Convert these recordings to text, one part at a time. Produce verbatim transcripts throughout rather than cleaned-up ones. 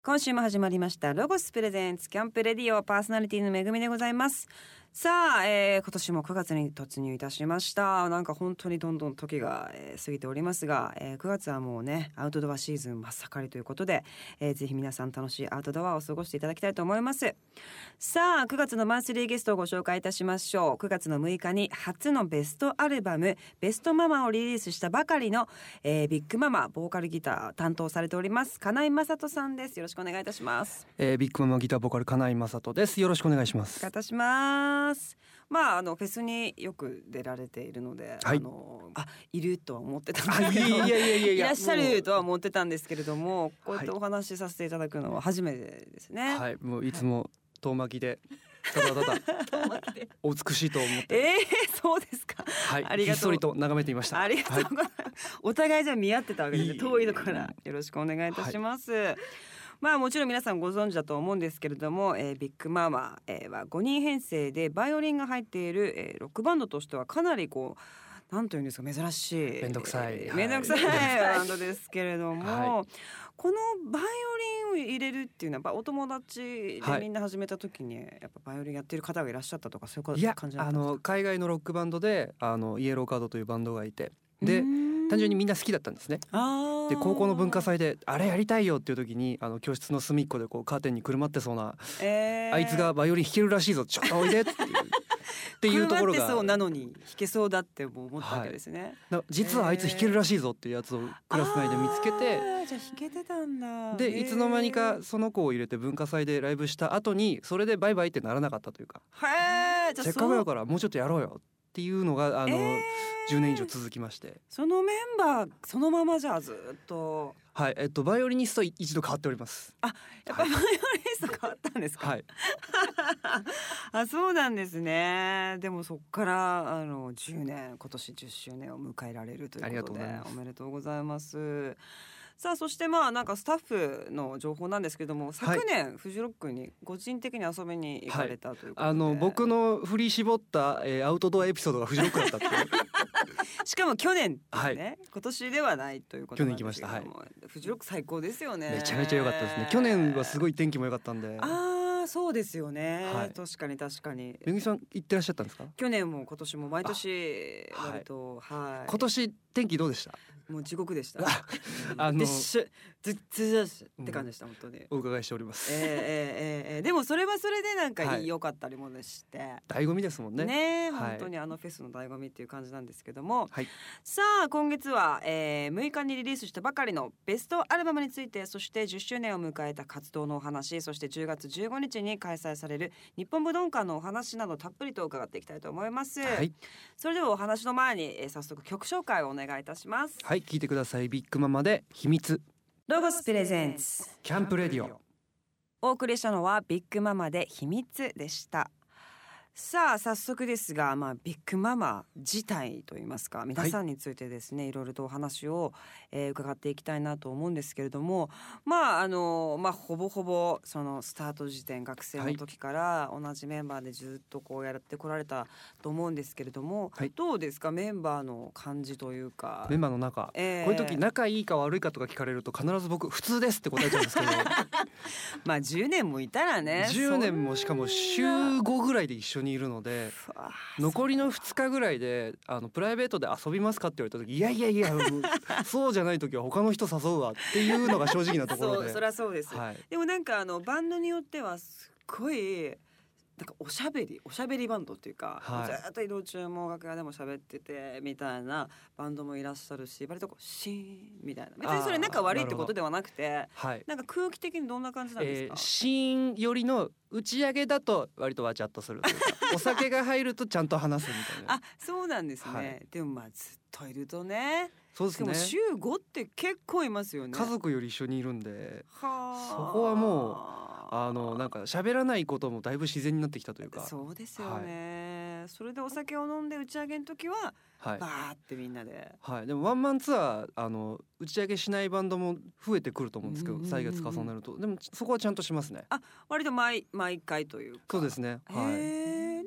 今週も始まりましたロゴスプレゼンツキャンプレディオ、パーソナリティのめぐみでございます。さあ、えー、今年もくがつに突入いたしました。なんか本当にどんどん時が、えー、過ぎておりますが、えー、くがつはもうねアウトドアシーズン真っ盛りということで、えー、ぜひ皆さん楽しいアウトドアを過ごしていただきたいと思います。さあ、くがつのマンスリーゲストをご紹介いたしましょう。くがつのむいかに初のベストアルバムベストママをリリースしたばかりの、えー、ビッグママボーカルギター担当されております金井雅人さんです。よろしくお願いいたします。 えー、ビッグママギターボーカル金井雅人です。よろしくお願いします。 お願いいたします。まああのフェスによく出られているので、 はい、 あのあいるとは思ってたんですけど、 いやいやいやいやいらっしゃるとは思ってたんですけれども、こうやってお話しさせていただくのは初めてですね。 はい、もういつも遠巻きでただただお美しいと思って、 えー、そうですか。 はい、 ありがとう、 ひっそりと眺めていました。 ありがとうございます、はい、お互いじゃ見合ってたわけですね。遠いところからよろしくお願いいたします。はい、まあもちろん皆さんご存知だと思うんですけれども、えー、ビッグママ、えー、はごにん編成でバイオリンが入っている、えー、ロックバンドとしてはかなりこうなんというんですか、珍しいめんどくさい、 えー、めんどくさいバンドですけれども、はい、このバイオリンを入れるっていうのはやっぱお友達でみんな始めた時にやっぱバイオリンやってる方がいらっしゃったとかそういう感じだったんですか？ いや、あの海外のロックバンドであのイエローカードというバンドがいて、で単純にみんな好きだったんですね。 あで高校の文化祭であれやりたいよっていう時にあの教室の隅っこでこうカーテンにくるまってそうな、えー、あいつがバイオリン弾けるらしいぞちょっとおいでっていうっていうところがくるまってそうなのに弾けそうだって思ったわけですね。 はい、実はあいつ弾けるらしいぞっていうやつをクラス内で見つけて、 じゃあ弾けてたんだ。 でいつの間にかその子を入れて文化祭でライブした後にそれでバイバイってならなかったというか、 へー、じゃあせっかくだからもうちょっとやろうよっていうのがあの、えー、じゅうねん以上続きまして、 そのメンバーそのままじゃあずっと。 はい、えっとバイオリニスト一度変わっております。 あ、やっぱバイオリニスト変わったんですか？はいあ、そうなんですね。でもそっからあのじゅうねん、今年じゅっしゅうねんを迎えられるということでおめでとうございます。さあ、そしてまあなんかスタッフの情報なんですけども、昨年、はい、フジロックに個人的に遊びに行かれたということで、はい、 あの僕の振り絞った、えー、アウトドアエピソードがフジロックだったっていうしかも去年ですね、 はい、 今年ではないということなんですけども、 去年行きました、はい、 フジロック最高ですよね。 めちゃめちゃ良かったですね。去年はすごい天気も良かったんで。 ああ、そうですよね、はい、確かに確かに。 めぐみさん行ってらっしゃったんですか？ 去年も今年も毎年割と、はいはい、 今年天気どうでした？ もう地獄でしたあのでっしゅずずずって感じでした、うん、本当にお伺いしております。 えー、えー、えー、えー、でもそれはそれでなんか良、はい、かったりもして、 醍醐味ですもんね。 ね、はい、本当にあのフェスの醍醐味っていう感じなんですけども、 はい、 さあ今月は、えー、むいかにリリースしたばかりのベストアルバムについて、そしてじゅっしゅうねんを迎えた活動のお話、そしてじゅうがつじゅうごにちに開催される日本武道館のお話などたっぷりと伺っていきたいと思います。はい、それではお話の前に、えー、早速曲紹介をお願いいたします。 はい、聞いてください。ビッグママで秘密。 ロゴスプレゼンツキャンプレディオ。 お送りしたのはビッグママで秘密でした。さあ早速ですが、まあ、ビッグママ自体といいますか皆さんについてですね、はい、いろいろとお話を、えー、伺っていきたいなと思うんですけれども、まああのまあほぼほぼそのスタート時点学生の時から同じメンバーでずっとこうやってこられたと思うんですけれども、はい、どうですかメンバーの感じというか。 メンバーの中、えー、こういう時仲いいか悪いかとか聞かれると必ず僕普通ですって答えちゃうんですけどまあじゅうねんもいたらね、 じゅうねんもしかも週ごぐらいで一緒にいるので、残りのふつかぐらいであのプライベートで遊びますかって言われた時、いやいやいやそうじゃない時は他の人誘うわっていうのが正直なところでそう、そりゃそうです、はい、でもなんかあのバンドによってはすっごいなんかおしゃべりおしゃべりバンドっていうか、はい、ずっと移動中も楽屋でも喋っててみたいなバンドもいらっしゃるし、割とこうシーンみたいな、別にそれ仲悪いってことではなくて、はい、なんか空気的にどんな感じなんですか？えー、 シーンよりの打ち上げだと割とわちゃっとするというかお酒が入るとちゃんと話すみたいな。 あ、そうなんですね、はい、でもまあずっといるとね。 そうですね、 しかも週ごって結構いますよね。 家族より一緒にいるんで、 はそこはもうあのなんか喋らないこともだいぶ自然になってきたというか。 そうですよね、はい、それでお酒を飲んで打ち上げの時は、はい、バーってみんなで、 はい、でもワンマンツアーあの打ち上げしないバンドも増えてくると思うんですけど、歳月重ねるとでもそこはちゃんとしますね。 あ、割と毎毎回というか。 そうですね、 はい、へー、でも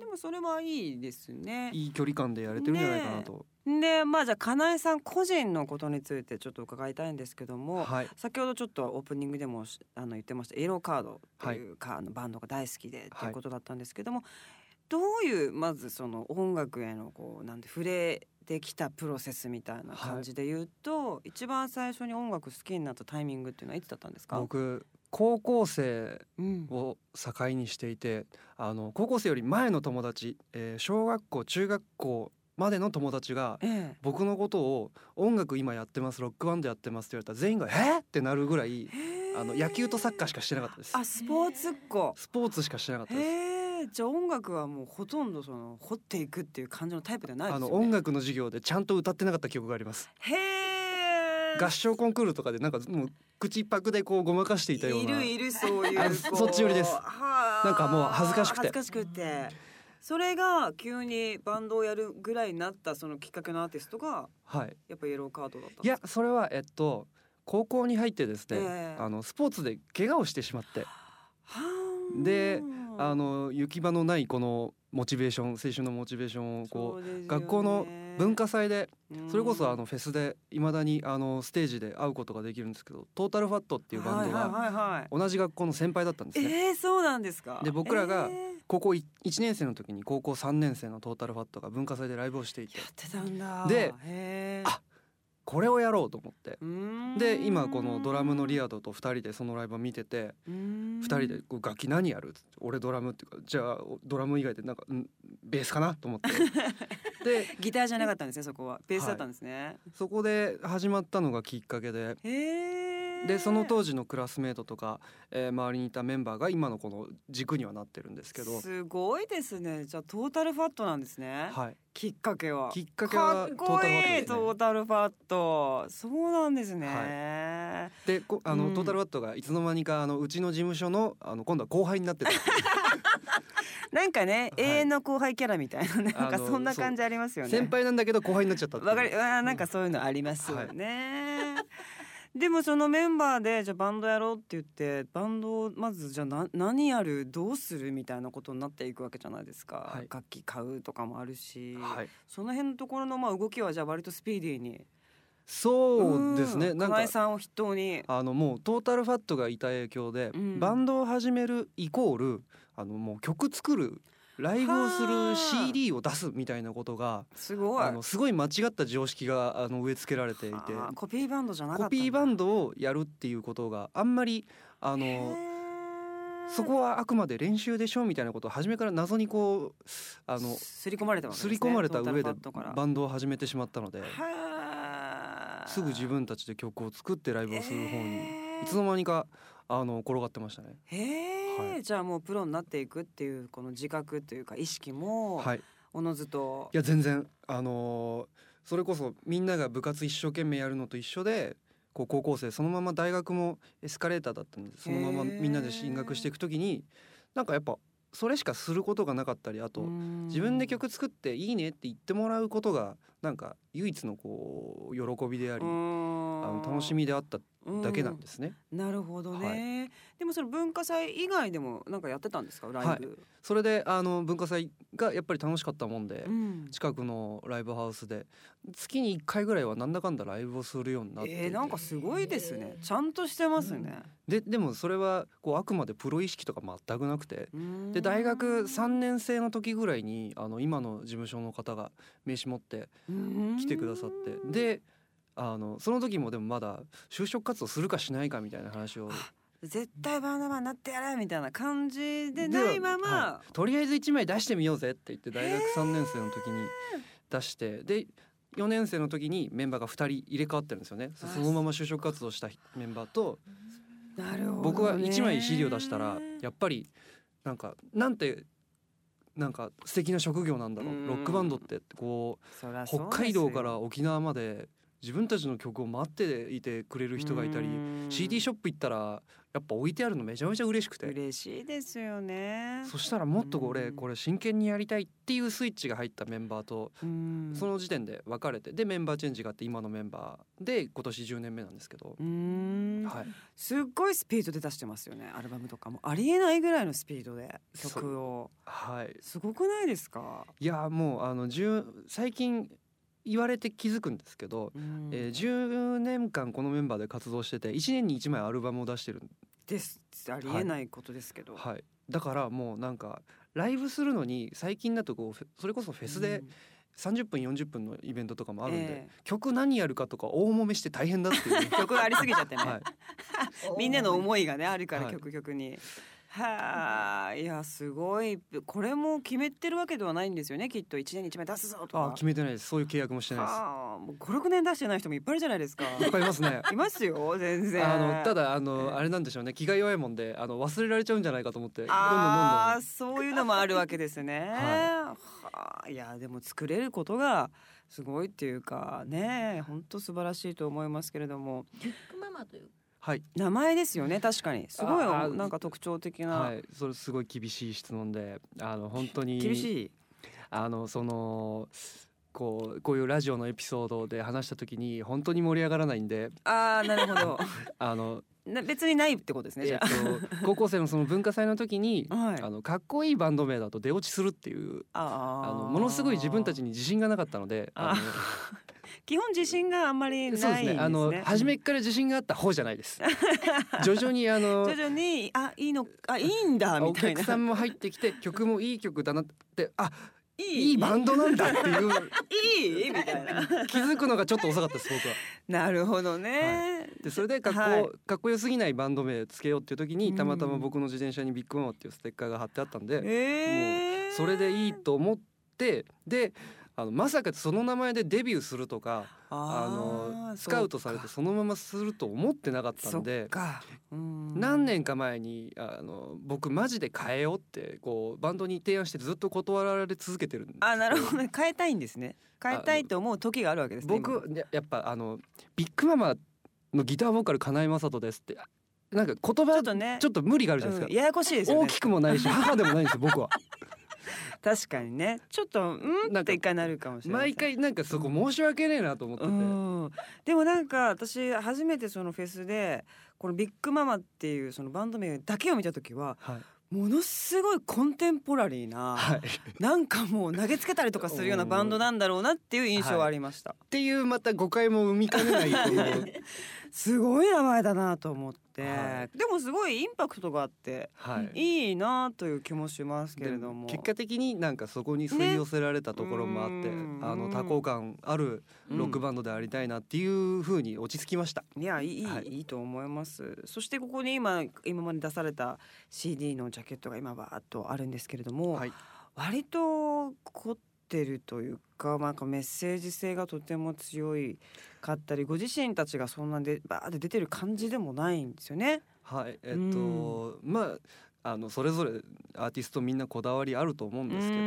もそれはいいですね。 いい距離感でやれてるんじゃないかなと、 ね、でまあじゃあかなえさん個人のことについてちょっと伺いたいんですけども、 はい、 先ほどちょっとオープニングでもあの言ってましたイエローカードっていうか、はい、あのバンドが大好きでっていうことだったんですけども、はい、どういうまずその音楽へのこうなんて触れてきたプロセスみたいな感じで言うと、はい、一番最初に音楽好きになったタイミングっていうのはいつだったんですか？ 僕高校生を境にしていて、うん、あの高校生より前の友達、えー、小学校中学校までの友達が、ええ、僕のことを音楽今やってますロックバンドやってますって言われたら全員がえーってなるぐらいあの野球とサッカーしかしてなかったです。 あ、スポーツっ子。 スポーツしかしてなかったです。 じゃあ音楽はもうほとんどその掘っていくっていう感じのタイプではないですよね。 あの音楽の授業でちゃんと歌ってなかった記憶があります。 へー。 合唱コンクールとかでなんかもう口パクでこうごまかしていたような。 いるいるそういうそっち寄りです。なんかもう恥ずかしくて恥ずかしくてそれが急にバンドをやるぐらいになったそのきっかけのアーティストが、はい、やっぱイエローカードだったんですか？ いやそれはえっと高校に入ってですね、えー、あのスポーツで怪我をしてしまってであの行き場のないこのモチベーション青春のモチベーションをこう学校の文化祭でそれこそあのフェスでいまだにあのステージで会うことができるんですけどトータルファットっていうバンドが同じ学校の先輩だったんですね。 えー、そうなんですか。 で僕らが高校いちねん生の時に高校さんねん生のトータルファットが文化祭でライブをしていてやってたんだ。 でへあこれをやろうと思ってで今このドラムのリアドとふたりでそのライブを見ててふたりでこう楽器何やるって俺ドラムっていうかじゃあドラム以外でなんかんベースかなと思ってでギターじゃなかったんですね。そこはベースだったんですね、はい、 そこで始まったのがきっかけででその当時のクラスメートとか、えー、周りにいたメンバーが今のこの軸にはなってるんですけどすごいですね。じゃあトータルファットなんですね、はい、きっかけはきっかけはトータルファットですね。 トータルファットそうなんですね、 はい、であの、うん、トータルファットがいつの間にかあのうちの事務所の、あの今度は後輩になってたなんかね、はい、永遠の後輩キャラみたいな、ね、なんかそんな感じありますよね。 先輩なんだけど後輩になっちゃったっていう。 わかりあなんかそういうのありますよね、はい、でもそのメンバーでじゃあバンドやろうって言ってバンドをまずじゃあな何やるどうするみたいなことになっていくわけじゃないですか、はい、楽器買うとかもあるし、はい、その辺のところのまあ動きはじゃあ割とスピーディーに。 そうですね。 なんか金井さんを筆頭にあのもうトータルファットがいた影響で、うん、バンドを始めるイコールあのもう曲作るライブをする シーディー を出すみたいなことがすごいあのすごい間違った常識があの植え付けられていてコピーバンドじゃなかったコピーバンドをやるっていうことがあんまりあのそこはあくまで練習でしょみたいなことを初めから謎にこうあのすり込まれたわけですね。 すり込まれた上でバンドを始めてしまったので。すぐ自分たちで曲を作ってライブをする方にいつの間にかあの転がってましたね。 へー、はい、じゃあもうプロになっていくっていうこの自覚というか意識も、はい、おのずと。 いや全然あのー、それこそみんなが部活一生懸命やるのと一緒でこう高校生そのまま大学もエスカレーターだったんでそのままみんなで進学していくときになんかやっぱそれしかすることがなかったりあと自分で曲作っていいねって言ってもらうことがなんか唯一のこう喜びでありあの楽しみであっただけなんですね。 なるほどね、はい、でもその文化祭以外でもなんかやってたんですかライブ、はい、 それであの文化祭がやっぱり楽しかったもんで、うん、近くのライブハウスで月にいっかいぐらいはなんだかんだライブをするようになっていて、 えー、なんかすごいですね。ちゃんとしてますね、 うん、で, でもそれはこうあくまでプロ意識とか全くなくてで大学さんねん生の時ぐらいにあの今の事務所の方が名刺持って来てくださってであのその時もでもまだ就職活動するかしないかみたいな話を絶対バンドマンになってやれみたいな感じでないまま、 はい、とりあえずいちまい出してみようぜって言って大学さんねん生の時に出してでよねん生の時にメンバーがふたり入れ替わってるんですよね。そのまま就職活動したメンバーとなるほど、ね、 僕はいちまい シーディー を出したらやっぱりなんかなんてなんか素敵な職業なんだろう、うん、ロックバンドってこう北海道から沖縄まで自分たちの曲を待っていてくれる人がいたり、 シーディー ショップ行ったらやっぱ置いてあるのめちゃめちゃ嬉しくて、 嬉しいですよね。 そしたらもっと俺これ真剣にやりたいっていうスイッチが入ったメンバーとその時点で別れて、でメンバーチェンジがあって今のメンバーで今年じゅうねんめなんですけど、 うーん、 はい、 すっごいスピードで出してますよね。アルバムとかもありえないぐらいのスピードで曲を、 はい、 すごくないですか？ いやもうあの最近言われて気づくんですけど、うんえー、じゅうねんかんこのメンバーで活動してていちねんにいちまいアルバムを出してるんですありえないことですけど、 はいはい、だからもうなんかライブするのに最近だとこうそれこそフェスでさんじゅっぷんよんじゅっぷんのイベントとかもあるんで、えー、曲何やるかとか大揉めして大変だっていう曲がありすぎちゃってね、はい、みんなの思いがねあるから曲々に、はいはあ、いやすごい。これも決めてるわけではないんですよねきっと。いちねんにいちまい出すぞとか。 あ決めてないです。そういう契約もしてないです。 あもうごろくねん出してない人もいっぱいいるじゃないですか。 いっぱいいますね。 いますよ全然。 あのただあの、えー、あれなんでしょうね、気が弱いもんであの忘れられちゃうんじゃないかと思ってああそういうのもあるわけですね、はい、はあ、いやでも作れることがすごいっていうかね本当素晴らしいと思いますけれども。 ビッグママというはい、 名前ですよね。確かにすごいなんか特徴的な、 はい、それすごい厳しい質問であの本当に厳しいあのそのこうこういうラジオのエピソードで話した時に本当に盛り上がらないんで、 あーなるほどあの別にないってことですね。じゃあ、 えっと、高校生のその文化祭の時に、 はい、 あのかっこいいバンド名だと出落ちするっていうああのものすごい自分たちに自信がなかったのであの基本自信があんまりないんですね。 そうですね。あの初めから自信があった方じゃないです。徐々にあの徐々にあいいのあいいんだみたいな。 お客さんも入ってきて曲もいい曲だなってあいい, いいバンドなんだっていういいみたいな気づくのがちょっと遅かったです僕は。 なるほどね。 はい、でそれでかっこ、はい、かっこよすぎないバンド名つけようっていう時にたまたま僕の自転車にビッグママっていうステッカーが貼ってあったんで、えー、もうそれでいいと思ってであのまさかその名前でデビューするとかあのスカウトされてそのまますると思ってなかったんで、ん何年か前にあの僕マジで変えようってこうバンドに提案してずっと断られ続けてるんです。 あなるほど、ね、変えたいんですね。変えたいと思う時があるわけですね。 僕やっぱあのビッグママのギターボーカル金井雅人ですってなんか言葉ちょっとねちょっと無理があるじゃないですか、 うん、ややこしいですよね。 大きくもないし母でもないんですよ僕は。 確かにねちょっとうんって一回なるかもしれない。 毎回なんかそこ申し訳ねえなと思ってて、うん、 でもなんか私初めてそのフェスでこのビッグママっていうそのバンド名だけを見た時は、はい、ものすごいコンテンポラリーな、はい、なんかもう投げつけたりとかするようなバンドなんだろうなっていう印象はありました、 はい、っていうまた誤解も生みかねないすごい名前だなと思って、はい、でもすごいインパクトがあって、はい、いいなという気もしますけれども結果的になんかそこに吸い寄せられたところもあって、ね、あの多幸感あるロックバンドでありたいなっていう風に落ち着きました。 いやいい、はい、いいと思います。そしてここに今今まで出された シーディー のジャケットが今バーッとあるんですけれども、はい、割と凝ってるというかなんかメッセージ性がとても強いかったりご自身たちがそんなでバーって出てる感じでもないんですよね。 はいえっと、うん、まああのそれぞれアーティストみんなこだわりあると思うんですけど、うん、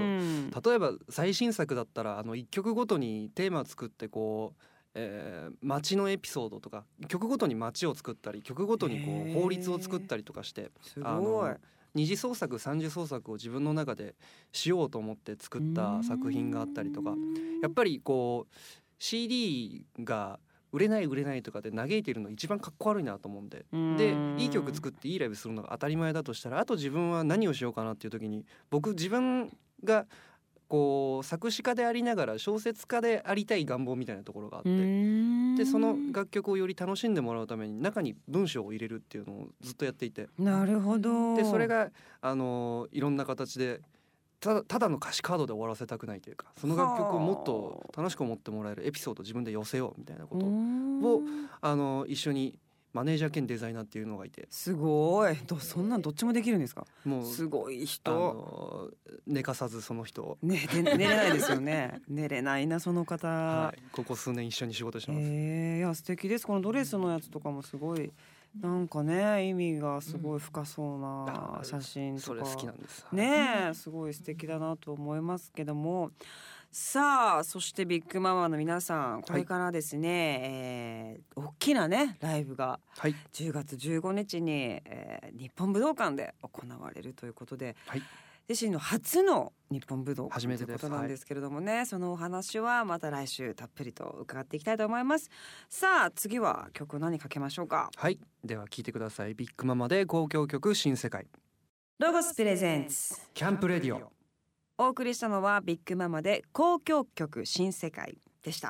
例えば最新作だったらあのいっきょくごとにテーマを作ってこう、えー、街のエピソードとか曲ごとに街を作ったり曲ごとにこう法律を作ったりとかしてすごい二次創作三次創作を自分の中でしようと思って作った作品があったりとかやっぱりこう シーディー が売れない売れないとかで嘆いているの一番かっこ悪いなと思うんででいい曲作っていいライブするのが当たり前だとしたらあと自分は何をしようかなっていう時に僕自分がこう作詞家でありながら小説家でありたい願望みたいなところがあってでその楽曲をより楽しんでもらうために中に文章を入れるっていうのをずっとやっていてなるほどでそれがあのいろんな形でただ、ただの歌詞カードで終わらせたくないというかその楽曲をもっと楽しく思ってもらえるエピソードを自分で寄せようみたいなことをあの一緒にマネージャー兼デザイナーっていうのがいてすごいどそんなんどっちもできるんですか。もうすごい人あの寝かさずその人、 ね、寝れないですよね寝れないなその方、はい、ここ数年一緒に仕事してます。 えー、いや素敵です。このドレスのやつとかもすごいなんかね意味がすごい深そうな写真とか、 それ好きなんですねすごい素敵だなと思いますけどもさあそしてビッグママの皆さんこれからですね、はいえー、大きなねライブがじゅうがつじゅうごにちに、えー、日本武道館で行われるということで、はい、自身の初の日本武道館ということなんですけれどもね、はい、そのお話はまた来週たっぷりと伺っていきたいと思います。さあ次は曲何かけましょうか。 はい、では聴いてください。ビッグママで交響曲新世界。 ロゴスプレゼンツキャンプレディオ。 お送りしたのはビッグママで交響曲新世界でした。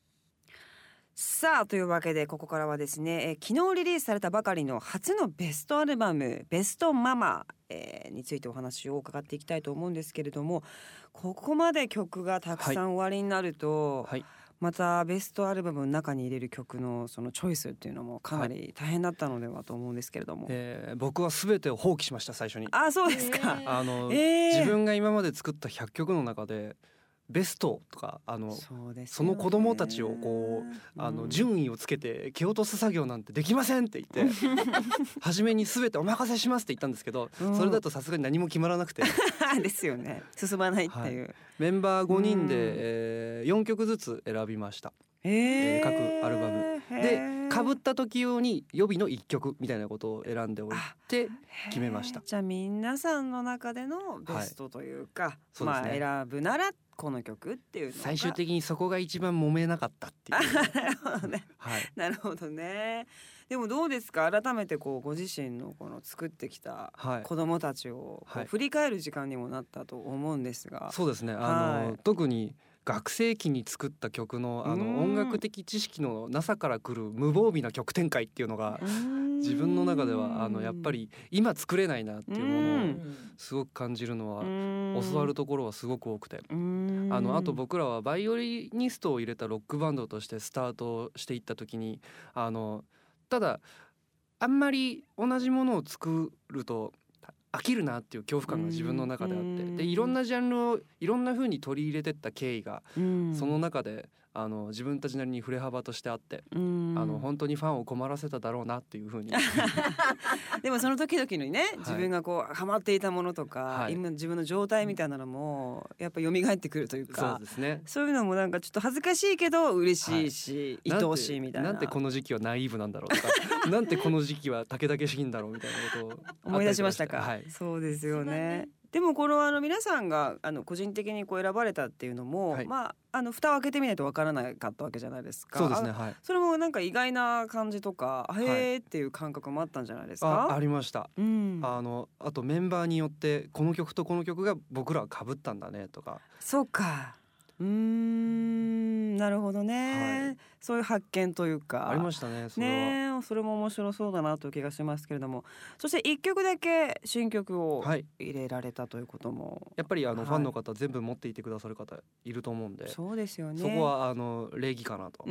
さあというわけでここからはですね、えー、昨日リリースされたばかりの初のベストアルバムベストママ、えー、についてお話を伺っていきたいと思うんですけれども、ここまで曲がたくさんおありになると、はいはい、またベストアルバムの中に入れる曲のそのチョイスっていうのもかなり大変だったのではと思うんですけれども、はいえー、僕は全てを放棄しました最初に。 あ、そうですか。 あの、えー、自分が今まで作ったひゃっきょくの中でベストとかあの そ, その子供たちをこうあの順位をつけて蹴落とす作業なんてできませんって言って初めに全てお任せしますって言ったんですけど、うん、それだとさすがに何も決まらなくてですよね、進まないっていう、はい、 メンバーごにんで、えー、よんきょくずつ選びました。えー、各アルバムで被った時用に予備のいっきょくみたいなことを選んでおいて決めました。 じゃあ皆さんの中でのベストというか、はい、まあ、選ぶならこの曲っていうのが最終的にそこが一番揉めなかったっていうなるほどね、はい、なるほどね。でもどうですか、改めてこうご自身のこの作ってきた子供たちをこう振り返る時間にもなったと思うんですが、はい、 そうですね、あの、はい、特に学生期に作った曲のあの音楽的知識のなさから来る無防備な曲展開っていうのが自分の中ではあのやっぱり今作れないなっていうものをすごく感じるのは教わるところはすごく多くて、あのあと僕らはバイオリニストを入れたロックバンドとしてスタートしていった時にあのただあんまり同じものを作ると飽きるなっていう恐怖感が自分の中であって、でいろんなジャンルをいろんな風に取り入れてった経緯がその中であの自分たちなりに振れ幅としてあって、あの本当にファンを困らせただろうなっていう風にでもその時々にね、自分がこうハマっていたものとか、はい、今自分の状態みたいなのもやっぱ蘇ってくるというか、 そうですね、 そういうのもなんかちょっと恥ずかしいけど嬉しいし、はい、愛おしいみたいな、 なんてこの時期はナイーブなんだろうとかなんてこの時期はたけたけしいんだろうみたいなことを思い出しましたか、はい、そうですよね。でもこのあの皆さんがあの個人的にこう選ばれたっていうのも、はい、まああの蓋を開けてみないとわからなかったわけじゃないですか。 そうですね、はい、 それもなんか意外な感じとか、はい、へーっていう感覚もあったんじゃないですか。 あ、ありました、うん、あのあとメンバーによってこの曲とこの曲が僕らは被ったんだねとか。 そうか、うーん、なるほどね、はい、そういう発見というかありましたね。それはね、 それも面白そうだなという気がしますけれども、そしていっきょくだけ新曲を入れられたということも、はい、 やっぱりあのファンの方全部持っていてくださる方いると思うんで、 そうですよね、 そこはあの礼儀かなと。うん、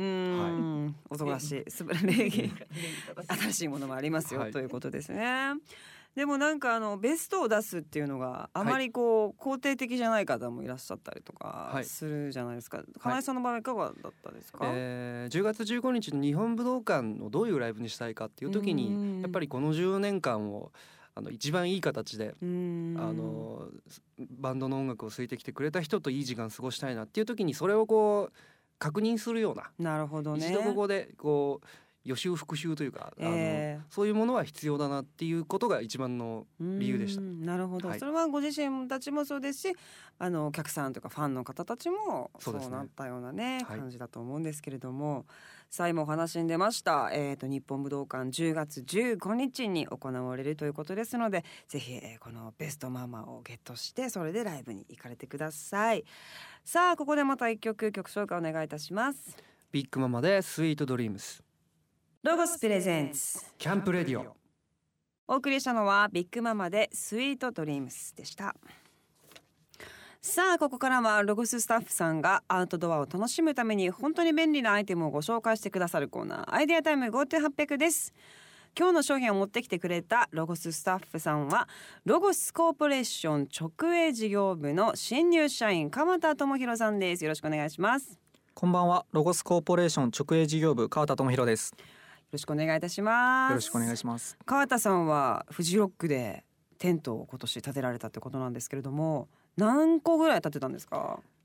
はい、おとがしいすばら礼儀新しいものもありますよ、はい、ということですね。でもなんかあのベストを出すっていうのがあまりこう肯定的じゃない方もいらっしゃったりとかするじゃないですか、はい、金井さんの場合いかがだったですか。 えー、じゅうがつじゅうごにちの日本武道館をどういうライブにしたいかっていう時にやっぱりこのじゅうねんかんをあの一番いい形であのバンドの音楽を据えてきてくれた人といい時間過ごしたいなっていう時にそれをこう確認するような、 なるほどね、 一度ここでこう予習復習というか、えー、あのそういうものは必要だなっていうことが一番の理由でした。 なるほど、はい、それはご自身たちもそうですし、あのお客さんとかファンの方たちもそうなったようなね、はい、感じだと思うんですけれども、さあ今お話に出ました、えー、と日本武道館じゅうがつじゅうごにちに行われるということですので、ぜひ、えー、このベストママをゲットしてそれでライブに行かれてください。さあここでまた一曲曲紹介お願いいたします。 ビッグママでスイートドリームス。 ロゴスプレゼンツキャンプレディオ。 お送りしたのはビッグママでスイートドリームスでした。さあここからはロゴススタッフさんがアウトドアを楽しむために本当に便利なアイテムをご紹介してくださるコーナー、アイデアタイム ゴートゥーはっぴゃく です。今日の商品を持ってきてくれたロゴススタッフさんはロゴスコーポレーション直営事業部の新入社員川田智博さんです。よろしくお願いします。 こんばんは。ロゴスコーポレーション直営事業部川田智博です。 よろしくお願いいたします。 よろしくお願いします。 川田さんはフジロックでテントを今年建てられたってことなんですけれども、何個ぐらい建てたんですか。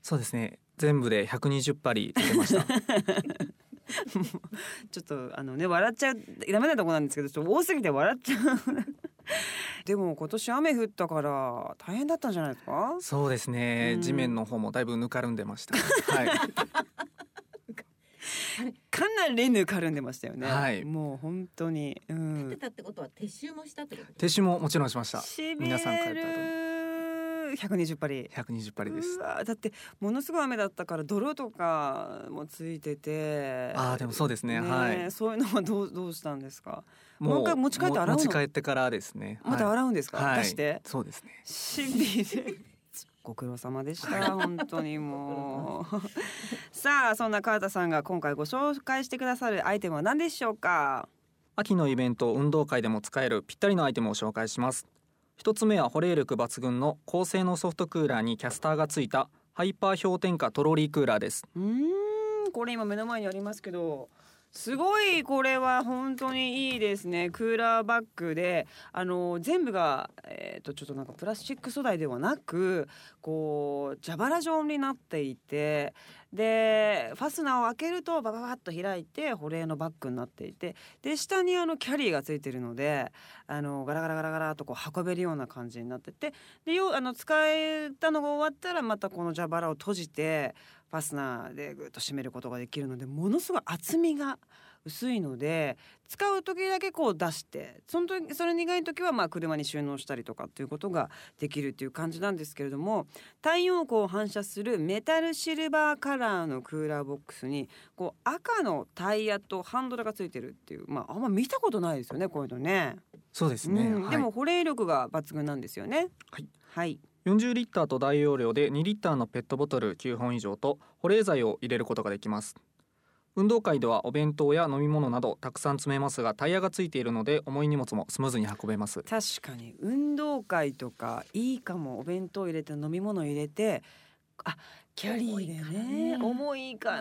そうですね、全部でひゃくにじゅっぱり立てましたちょっとあのね笑っちゃうダメなとこなんですけど、ちょっと多すぎて笑っちゃうでも今年雨降ったから大変だったんじゃないですか？ そうですね、 うん地面の方もだいぶぬかるんでましたはいかなりぬかるんでましたよね、 はいもう本当に、う立んて、たってことは撤収もしたってことですか？ 撤収ももちろんしました。 しび皆さん帰った後にれるひゃくにじゅっぱりひゃくにじゅっぱりですう。わだってものすごい雨だったから泥とかもついてて、 あーでもそうですねはいそういうのはどうどうしたんですか？もう一回持ち帰って洗うの？ 持ち帰ってからですね。 またはい洗うんですか？ はい出してそうですね。 しびれご苦労様でした本当にもうさあそんな川田さんが今回ご紹介してくださるアイテムは何でしょうか？ 秋のイベント運動会でも使えるぴったりのアイテムを紹介します。一つ目は保冷力抜群の高性能ソフトクーラーにキャスターがついたハイパー氷点下トロリークーラーです。 うーんこれ今目の前にありますけど、すごいこれは本当にいいですね。クーラーバッグであの全部が、えー、とちょっとなんかプラスチック素材ではなくこう蛇腹状になっていて、でファスナーを開けるとバババッと開いて保冷のバッグになっていて、で下にあのキャリーがついてるのであのガラガラガラガラとこう運べるような感じになってて、でよあの使えたのが終わったらまたこの蛇腹を閉じてファスナーでぐっと締めることができるので、ものすごい厚みが薄いので使う時だけこう出して、その時それ苦い時はまあ車に収納したりとかっていうことができるっていう感じなんですけれども、太陽光を反射するメタルシルバーカラーのクーラーボックスにこう赤のタイヤとハンドルがついてるっていう、まああんま見たことないですよねこういうのね。 そうですね、 うんはい、 でも保冷力が抜群なんですよね。 はい、 はいよんじゅうリッターと大容量でにリッターのペットボトルきゅうほん以上と保冷剤を入れることができます。運動会ではお弁当や飲み物などたくさん詰めますが、タイヤがついているので重い荷物もスムーズに運べます。 確かに運動会とかいいかも。お弁当入れて飲み物入れて、あキャリーでね重いから、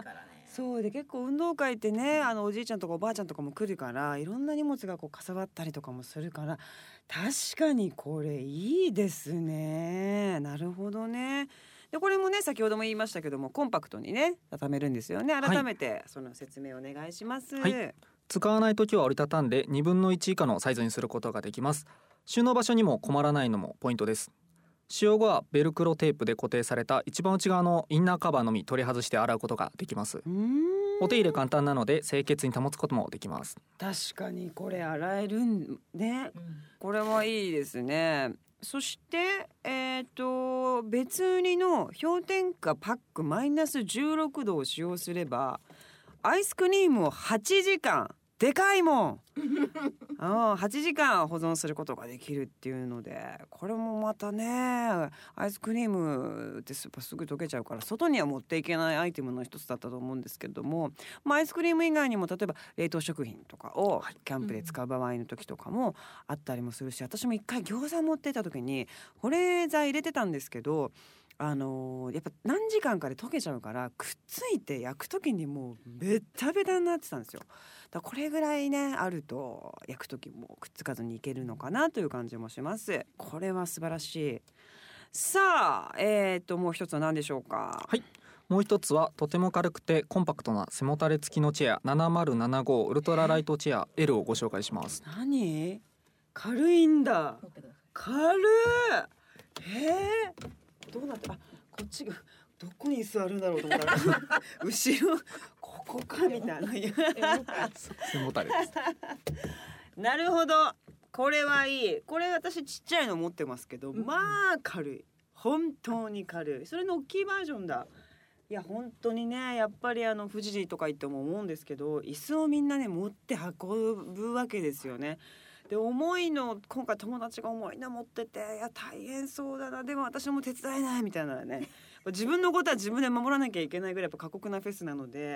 そうで結構運動会ってねあのおじいちゃんとかおばあちゃんとかも来るからいろんな荷物がこうかさばったりとかもするから、確かにこれいいですね。なるほどね。でこれもね先ほども言いましたけどもコンパクトにね畳めるんですよね。改めてその説明お願いします。 はい、使わないときは折りたたんでにぶんのいち以下のサイズにすることができます。収納場所にも困らないのもポイントです。使用後はベルクロテープで固定された一番内側のインナーカバーのみ取り外して洗うことができます。 うーんお手入れ簡単なので清潔に保つこともできます。 確かにこれ洗えるんね、 うんこれはいいですね。そしてえっ、と別売りの氷点下パックマイナスじゅうろくどを使用すればアイスクリームをはちじかん、でかいもんああはちじかん保存することができるっていうので、これもまたねアイスクリームってすすぐ溶けちゃうから外には持っていけないアイテムの一つだったと思うんですけれども、まあ、アイスクリーム以外にも例えば冷凍食品とかをキャンプで使う場合の時とかもあったりもするし、私も一回餃子持ってった時に保冷剤入れてたんですけど、あのーやっぱ何時間かで溶けちゃうからくっついて焼く時にもうベッタベタになってたんですよ。だからこれぐらいねあると焼く時もくっつかずにいけるのかなという感じもします。これは素晴らしい。さあえー、ともう一つは何でしょうか？ はい、もう一つはとても軽くてコンパクトな背もたれ付きのチェアななまるななごウルトラライトチェア エル をご紹介します。 何軽いんだ。 持ってください。 軽い。えー、どうなってあこっちがどこに座るんだろうと思ったら後ろここかみたいな背もたれです。 なるほどこれはいい。これ私ちっちゃいの持ってますけど、 うんうんまあ軽い、本当に軽い。それの大きいバージョンだ。いや本当にねやっぱりあの富士とか行っても思うんですけど、椅子をみんなね持って運ぶわけですよね。で重いの今回友達が重いの持ってて、いや大変そうだな、でも私も手伝えないみたいなね自分のことは自分で守らなきゃいけないぐらいやっぱ過酷なフェスなので、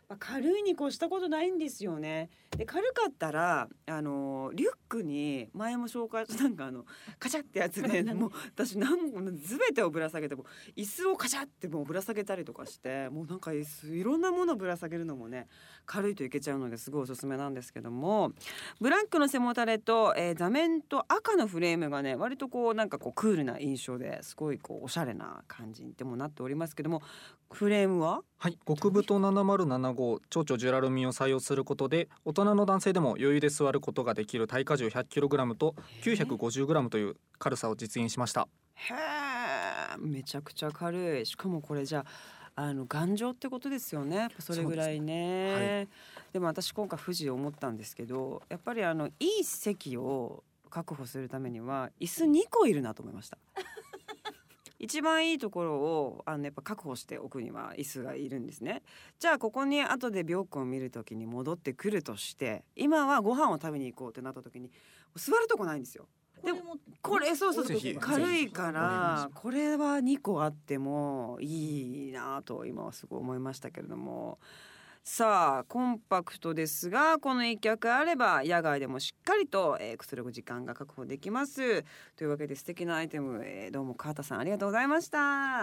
まあ、軽いに越したことないんですよね。で軽かったらあのリュックに前も紹介したなんかあのカチャってやつでもう私何も全てをぶら下げても椅子をカチャってもうぶら下げたりとかしてもうなんか椅子いろんなものをぶら下げるのもね軽いといけちゃうのですごいおすすめなんですけども、ブラックの背もたれと、えー、座面と赤のフレームがね割とこうなんかこうクールな印象ですごいこうおしゃれな感じにでもなっておりますけども、フレームははい極太ななまるななご超々ジュラルミンを採用することで大人の男性でも余裕で座ることができる耐荷重 ひゃくキログラム と きゅうひゃくごじゅうグラム という軽さを実現しました。 へーめちゃくちゃ軽い。しかもこれじゃああの頑丈ってことですよね。それぐらい ね, で, ね、はい、でも私今回富士思ったんですけどやっぱりあのいい席を確保するためには椅子にこいるなと思いました一番いいところをあのやっぱ確保しておくには椅子がいるんですね。じゃあここに後で病気を見るときに戻ってくるとして今はご飯を食べに行こうってなったときに座るとこないんですよ。でもこれそうそうそう軽いからこれはにこあってもいいなと今はすごい思いましたけれども、さあコンパクトですがこの一脚あれば野外でもしっかりと、えー、くつろぐ時間が確保できますというわけで素敵なアイテム、えー、どうも川田さんありがとうございました。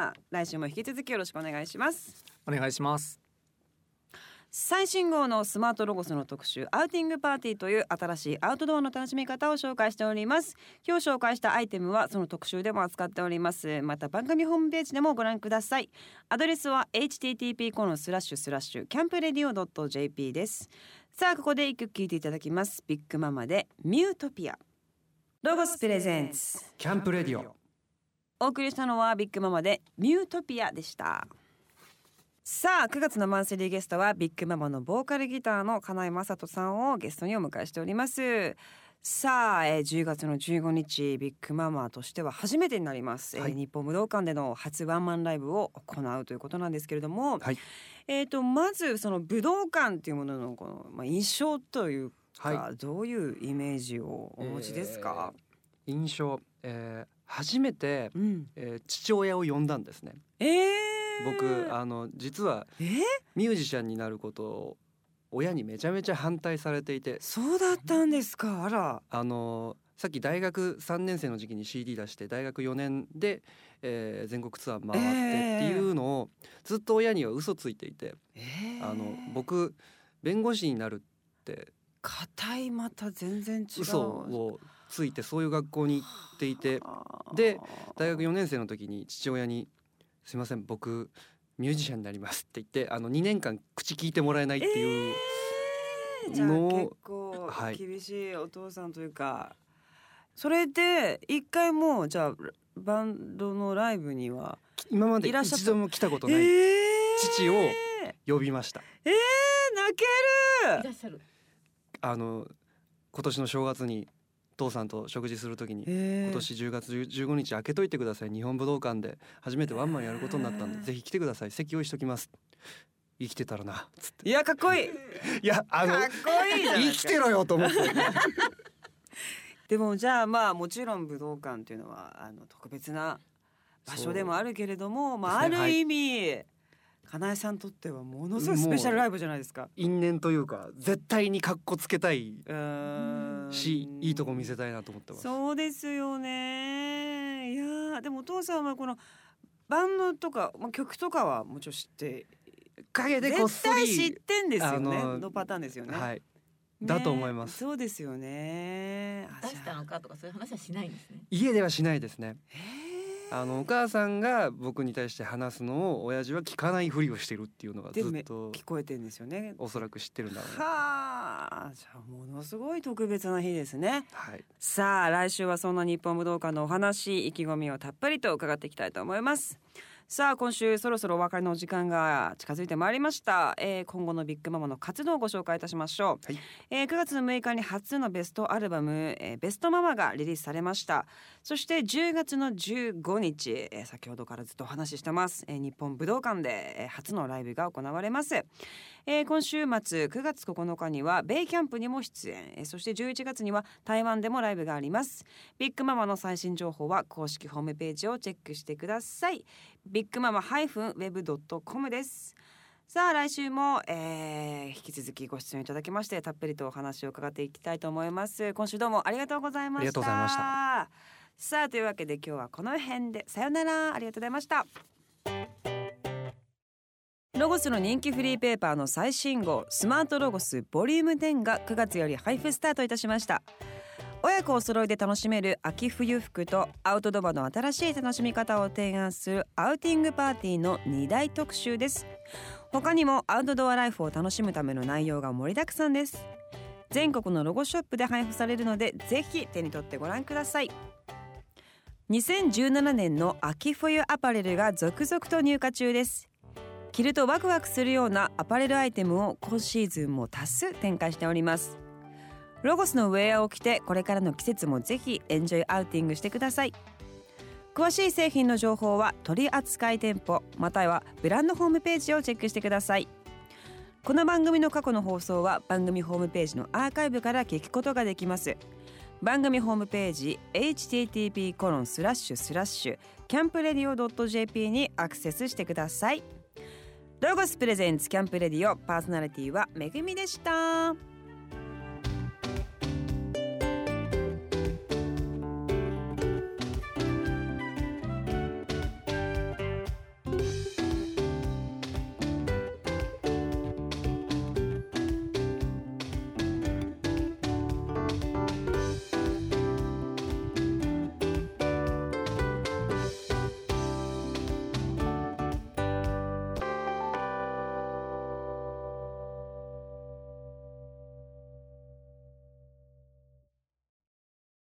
来週も引き続きよろしくお願いします。 お願いします。 最新号のスマートロゴスの特集アウティングパーティーという新しいアウトドアの楽しみ方を紹介しております。今日紹介したアイテムはその特集でも扱っております。また番組ホームページでもご覧ください。アドレスは エイチティーティーピーコロンスラッシュスラッシュキャンプレディオドットジェーピー です。さあここで一曲聴いていただきます。ビッグママでミュートピア。ロゴスプレゼンツキャンプレディオ。 お送りしたのはビッグママでミュートピアでした。さあくがつのマンスリーゲストはビッグママのボーカルギターの金井雅人さんをゲストにお迎えしております。さあ、えー、じゅうがつのじゅうごにちビッグママとしては初めてになります、はい、えー、日本武道館での初ワンマンライブを行うということなんですけれども、はい、えーとまずその武道館というもののこの、まあ、印象というか、はい、どういうイメージをお持ちですか？ えー、印象、えー、初めて、うんえー、父親を呼んだんですね。 えー僕あの実はミュージシャンになることを親にめちゃめちゃ反対されていて。 そうだったんですか。あら、 あのさっき大学さんねん生の時期に シーディー 出して大学よねんで、えー、全国ツアー回ってっていうのをずっと親には嘘ついていて、えー、あの僕弁護士になるって固いまた全然違う嘘をついてそういう学校に行っていて、で大学よねん生の時に父親にすいません僕ミュージシャンになりますって言ってあのにねんかん口聞いてもらえないっていうのを、 えー、じゃあ結構厳しいお父さんというか、はい、それで一回もじゃあバンドのライブには今まで一度も来たことない父を呼びました。 えー、泣ける。 いらっしゃる。 あの今年の正月に父さんと食事するときに、えー、今年じゅうがつじゅうごにち開けといてください、日本武道館で初めてワンマンやることになったんで、えー、ぜひ来てください、席用意しときます。生きてたらなつって。 いやかっこいいいやあのかっこいいじゃない生きてろよと思ってでもじゃあまあもちろん武道館っていうのはあの特別な場所でもあるけれども、まあ、ある意味、はい、金井さんにとってはものすごいスペシャルライブじゃないですか。 因縁というか絶対にカッコつけたいしいいとこ見せたいなと思ってます。 そうですよね。いやでもお父さんはこのバンドとか、まあ、曲とかはもちろん知って影でこっそり絶対知ってんですよね。のパターンですよね。 はい、だと思います。 そうですよね。 出したのかとかそういう話はしないんですね。 家ではしないですね。あのお母さんが僕に対して話すのを親父は聞かないふりをしてるっていうのがずっと聞こえてるんですよね。 おそらく知ってるんだろう。 はあ、じゃあものすごい特別な日ですね。 はい、さあ来週はそんな日本武道館のお話意気込みをたっぷりと伺っていきたいと思います。さあ今週そろそろお別れの時間が近づいてまいりました、えー、今後のビッグママの活動をご紹介いたしましょう、はいえー、くがつのむいかに初のベストアルバム、えー、ベストママがリリースされました。そしてじゅうがつのじゅうごにち、えー、先ほどからずっとお話ししてます、えー、日本武道館で、えー、初のライブが行われます、えー、今週末くがつここのかにはベイキャンプにも出演、えー、そしてじゅういちがつには台湾でもライブがあります。ビッグママの最新情報は公式ホームページをチェックしてください。ビッグママ -ウェブ ドットコム です。 さあ来週も、えー、引き続きご出演いただきましてたっぷりとお話を伺っていきたいと思います。今週どうもありがとうございました。 ありがとうございました。 さあというわけで今日はこの辺でさよなら。ありがとうございました。ロゴスの人気フリーペーパーの最新号スマートロゴスボリュームテンがくがつより配布スタートいたしました。親子お揃いで楽しめる秋冬服とアウトドアの新しい楽しみ方を提案するアウティングパーティーのに大特集です。他にもアウトドアライフを楽しむための内容が盛りだくさんです。全国のロゴショップで配布されるのでぜひ手に取ってご覧ください。にせんじゅうななねんの秋冬アパレルが続々と入荷中です。着るとワクワクするようなアパレルアイテムを今シーズンも多数展開しております。ロゴスのウェアを着てこれからの季節もぜひエンジョイアウティングしてください。詳しい製品の情報は取扱店舗またはブランドホームページをチェックしてください。この番組の過去の放送は番組ホームページのアーカイブから聞くことができます。番組ホームページ エイチティーティーピーコロンスラッシュスラッシュキャンプレディオ ドットジェーピー にアクセスしてください。ロゴスプレゼンツキャンプレディオパーソナリティはめぐみでした。